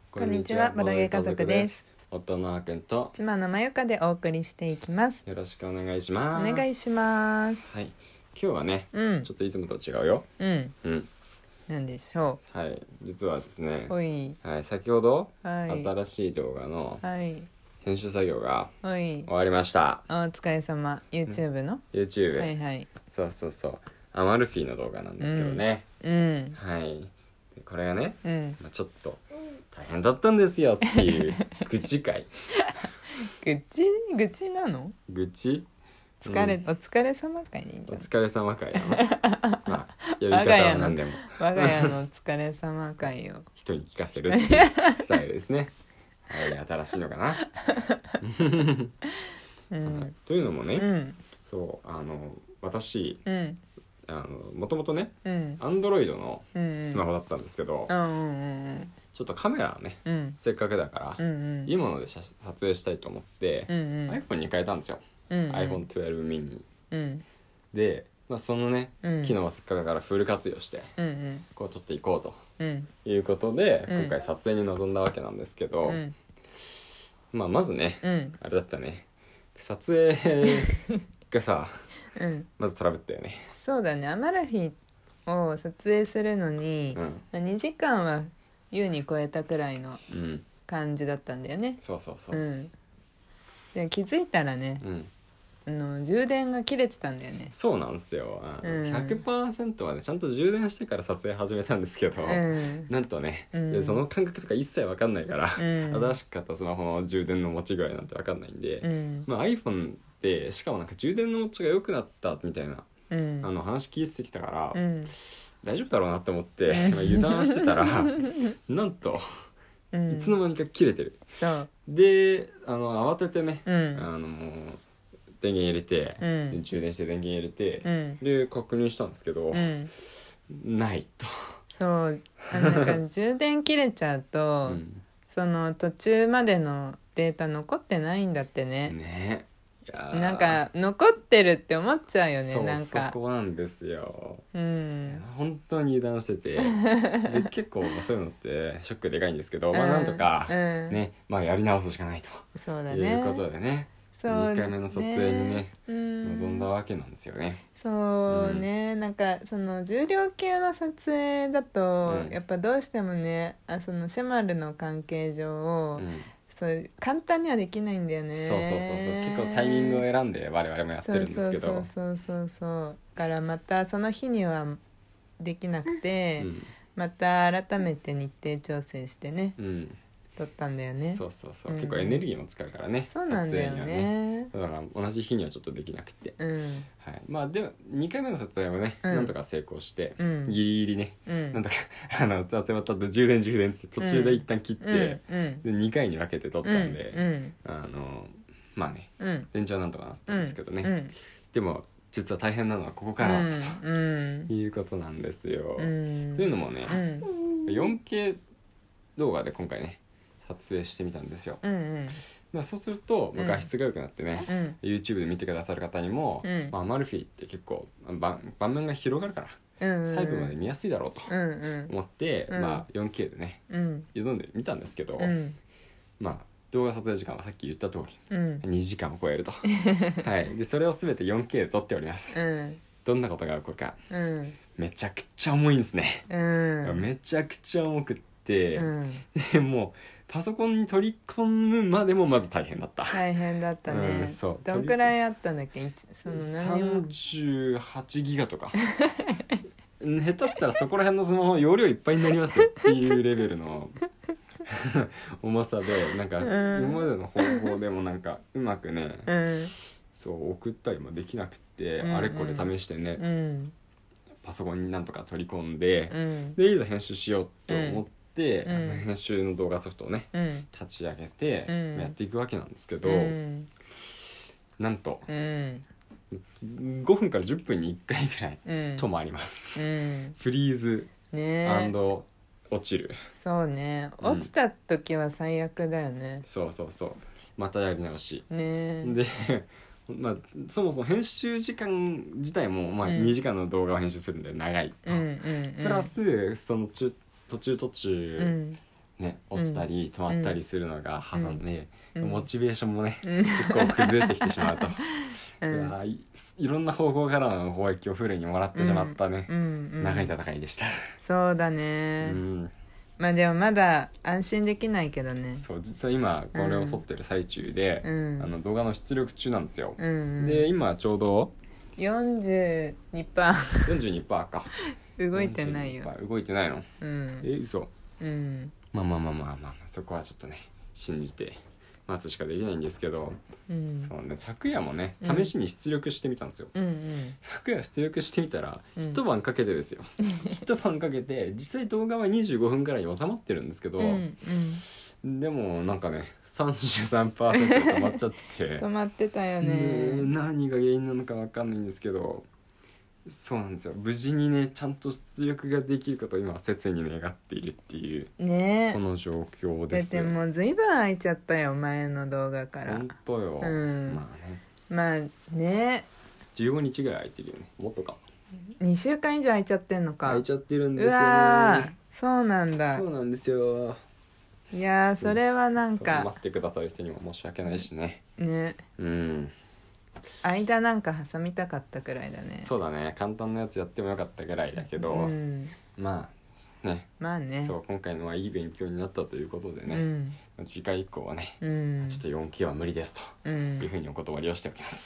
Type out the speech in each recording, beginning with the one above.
こんにちは、ボドゲ家族です。 夫のあくんと妻のまゆかでお送りしていきます。 よろしくお願いします。 お願いします。 はい、今日はね、 うん、 ちょっといつもと違うよ。 なんでしょはい、実はですね、 う。はい先ほど、 はい、 新しい動画のはい、 編集作業がはい、 終わりました。 お疲れ様。YouTube の、 YouTube、 はいはい、 そうアマルフィの動画なんですけどね、はい、これがね、ちょっと大変だったんですよっていう愚痴会愚痴なの？ 愚痴お疲れ様会でいいんじゃない？ お疲れ様会まあ呼び方は何でも我が家のお疲れ様会を人に聞かせるっていうスタイルですね。はい、新しいのかな、というのもね、そう私、もともとね、Android のスマホだったんですけど、ちょっとカメラをね、せっかくだから、いいもので撮影したいと思って、iPhone に変えたんですよ、iPhone 12 mini、で、そのね、機能をせっかくだからフル活用して、こう撮っていこうと、いうことで、今回撮影に臨んだわけなんですけど、まずね、あれだったね、撮影がさ、まずトラブったよね。 そうだね、アマルフィを撮影するのに、2時間は優に超えたくらいの感じだったんだよね。 そう、 で気づいたらね、充電が切れてたんだよね。 そうなんですよ、100% までちゃんと充電してから撮影始めたんですけど、なんとね、その感覚とか一切分かんないから、新しく買ったスマホの充電の持ち具合なんて分かんないんで、iPhone でしかもなんか充電の持ちが良くなったみたいな、話聞いてきたから、大丈夫だろうなって思って、油断してたらなんと、いつの間にか切れてる。で慌ててね、もう電源入れて、充電して電源入れて、で確認したんですけど、ないと。 そうなんか充電切れちゃうと、その途中までのデータ残ってないんだってね。なんか残ってるって思っちゃうよね。なんかそこなんですよ。本当に油断しててで結構そういうのってショックでかいんですけど、なんとか、ね、やり直すしかないと、 そうだね、 いうことでね、2回目の撮影にね、臨んだわけなんですよね。 そうね、なんかその重量級の撮影だと、やっぱどうしてもね、そのシェマルの関係上、そう簡単にはできないんだよね。 そう結構タイミングを選んで我々もやってるんですけど、 そうだからまたその日にはできなくて、また改めて日程調整してね、撮ったんだよね。 そう結構エネルギーも使うからね。 そうなんだよね。 だから同じ日にはちょっとできなくて、はい、でも2回目の撮影もね、なんとか成功して、ギリギリね、なんとか撮影終わった後充電って途中で一旦切って、で2回に分けて撮ったんで、電池はなんとかなったんですけどね、でも実は大変なのはここからだったと、いうことなんですよ。というのもね、4K 動画で今回ね撮影してみたんですよ。そうすると、画質が良くなってね、YouTube で見てくださる方にも、アマルフィって結構盤面が広がるから、細部まで見やすいだろうと思って、4K でね、挑んでみたんですけど、動画撮影時間はさっき言った通り、2時間を超えると、はい、でそれを全て 4K で撮っております。どんなことが起こるか、めちゃくちゃ重いんですね。めちゃくちゃ重くって、でもうパソコンに取り込むまでもまず大変だったね。どんくらいあったんだっけ、その何も 38ギガとか下手したらそこら辺のスマホ容量いっぱいになりますよっていうレベルの重さで、なんか今までの方法でもなんかうまくね、そう送ったりもできなくて、あれこれ試してね、パソコンになんとか取り込んで、でいざ編集しようと思って、編集の動画ソフトをね、立ち上げて、やっていくわけなんですけど、なんと、5分から10分に1回ぐらい止まります、フリーズ&落ちる。 そうね、落ちた時は最悪だよね。 そうまたやり直し、でそもそも編集時間自体も、2時間の動画を編集するんで長いと、プラスその途中ね、落ちたり止まったりするのが挟んで、モチベーションもね、結構崩れてきてしまうと、いろんな方向からの攻撃をフルにもらってしまったね、長い戦いでした。 そうだね、まあでもまだ安心できないけどね。 そう実際今これを撮ってる最中で、動画の出力中なんですよ、で今ちょうど 42%, 42% か動いてないよ。 動いてないの、嘘、まあそこはちょっとね信じて待つしかできないんですけど、そうね、昨夜もね試しに出力してみたんですよ、昨夜出力してみたら、一晩かけてですよ一晩かけて実際動画は25分くらいに収まってるんですけど、でもなんかね 33% 止まっちゃってて止まってたよね。 何が原因なのか分かんないんですけど、そうなんですよ、無事にねちゃんと出力ができることを今切に願っているっていう、ね、この状況です。 だってもうずいぶん空いちゃったよ前の動画から。 本当よ、 まあね 15日ぐらい空いてるよね、もっとか 2週間以上空いちゃってんのか。 空いちゃってるんですよ、 うわそうなんだ。 そうなんですよ。 いやそれはなんか待ってくださる人にも申し訳ないしね。 間なんか挟みたかったくらいだね。 そうだね、簡単なやつやってもよかったぐらいだけど、まあねそう今回のはいい勉強になったということでね、次回以降はね、ちょっと 4K は無理ですというふうにお断りをしておきます、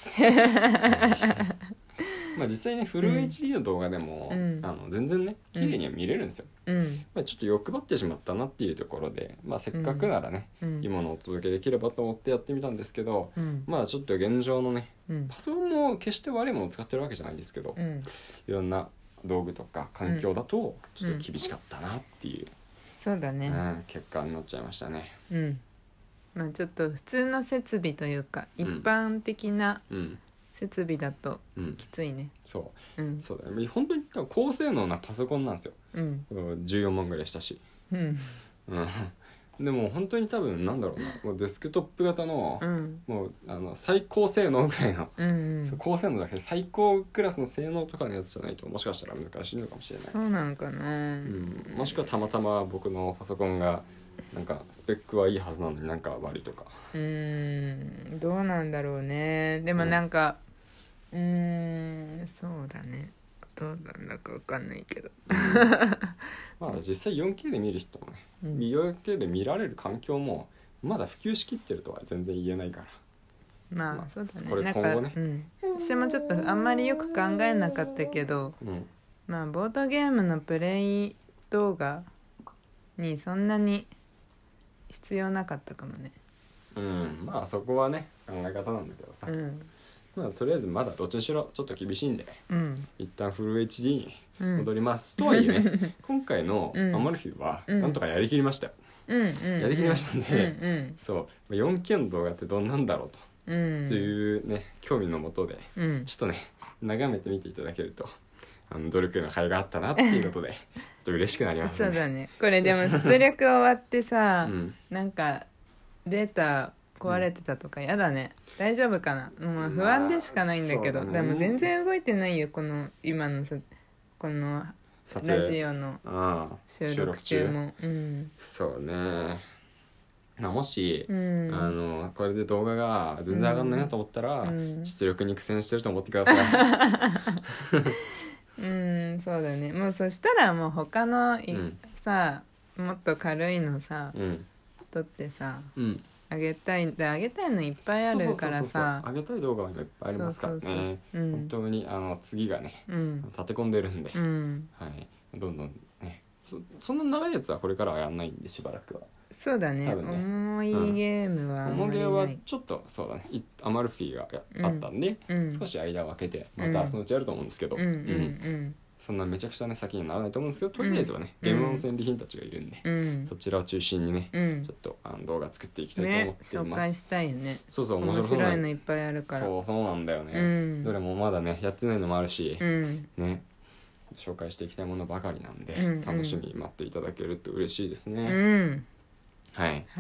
まあ実際ねフル HD の動画でも、全然ね綺麗には見れるんですよ、まあ、ちょっと欲張ってしまったなっていうところで、まあ、せっかくならね、いいものをお届けできればと思ってやってみたんですけど、まあちょっと現状のね、パソコンも決して悪いものを使ってるわけじゃないんですけど、いろんな道具とか環境だとちょっと厳しかったなっていう、 そうだね、 結果になっちゃいましたね。 まあちょっと普通の設備というか、一般的な設備だときついね、 そうだね、本当に高性能なパソコンなんですよ、14万ぐらいしたし、でも本当に多分なんだろうな、もうデスクトップ型の、もう最高性能ぐらいの、高性能だけど最高クラスの性能とかのやつじゃないともしかしたら難しいのかもしれない。 そうなのかな、 もしくはたまたま僕のパソコンがなんかスペックはいいはずなのになんか悪いとか、 どうなんだろうね。でもなんかそうだね、どうなんだか分かんないけど、 まあ実際 4K で見る人もね、4K で見られる環境もまだ普及しきってるとは全然言えないから、 まあそうだね、 これ今後ね、 私もちょっとあんまりよく考えなかったけど、まあボードゲームのプレイ動画にそんなに必要なかったかもね。 まあそこはね考え方なんだけどさ、まあ、とりあえずまだどっちにしろちょっと厳しいんで、一旦フル HD に戻ります、とはいえね今回のアマルフィはなんとかやりきりましたよ、やりきりましたんで、そう 4K の動画ってどんなんだろうと、いうね興味のもとで、ちょっとね眺めてみていただけると努力の甲斐があったなっていうことでちょっと嬉しくなりますね。 そうだね、これでも出力終わってさ、なんかデータ壊れてたとかやだね、大丈夫かな、もう不安でしかないんだけど、でも全然動いてないよ、この今のこのラジオの収録中も、 そうね、まあ、もし、これで動画が全然上がんないなと思ったら、出力に苦戦してると思ってください。 そうだね、もうそしたらもう他のさもっと軽いのさ、撮ってさ、あげたいのいっぱいあるからさ、 あげたい動画はいっぱいありますからね。本当に次がね、立て込んでるんで、どんどんね、そんな長いやつはこれからはやんないんでしばらくは。 そうだね、重いゲームは重ゲーはちょっとそうだね、アマルフィがあったんで、少し間を空けてまたそのうちやると思うんですけど、そんなめちゃくちゃね先にならないと思うんですけど、とりあえずはね、ゲームの戦利品たちがいるんで、そちらを中心にね、ちょっと動画作っていきたいと思っています。 紹介したいよね。 そう面白いのいっぱいあるから。 そうなんだよね、どれもまだねやってないのもあるし、ね紹介していきたいものばかりなんで、楽しみに待っていただけると嬉しいですね。はい、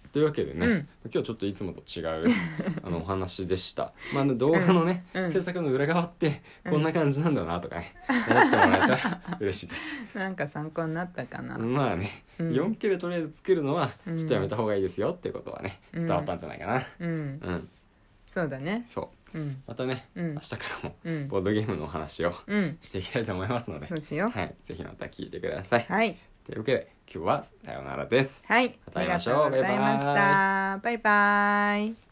というわけでね、今日ちょっといつもと違うお話でした。動画のね、制作の裏側ってこんな感じなんだなとかね、思ってもらえたら嬉しいです。 なんか参考になったかな。 まあね、4K でとりあえず作るのはちょっとやめた方がいいですよっていうことはね、伝わったんじゃないかな。 そうだね。 そう、またね、明日からもボードゲームのお話をしていきたいと思いますので、 そうしよう。 はい、ぜひまた聞いてください。 はい。 というわけで今日はさようならです。 はい。 また会いましょう。 ありがとうございました。バイバイ。